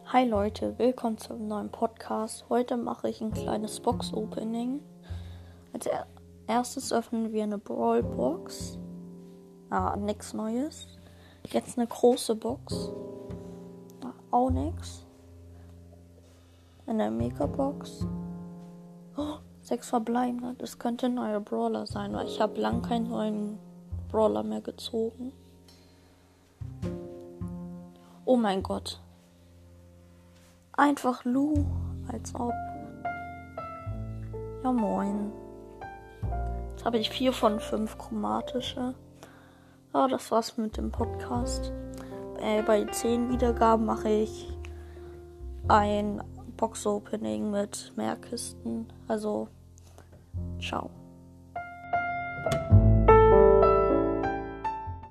Hi Leute, willkommen zum neuen Podcast. Heute mache ich ein kleines Box-Opening. Als erstes öffnen wir eine Brawl-Box. Nichts Neues. Jetzt eine große Box. Auch nix. Eine Mega-Box. 6 verbleibende. Das könnte ein neuer Brawler sein, weil ich habe lang keinen neuen Brawler mehr gezogen. Oh mein Gott. Einfach Lu, als ob. Ja moin. Jetzt habe ich 4 von 5 chromatische. Ja, das war's mit dem Podcast. Bei 10 Wiedergaben mache ich ein Box-Opening mit mehr Kisten. Also, ciao.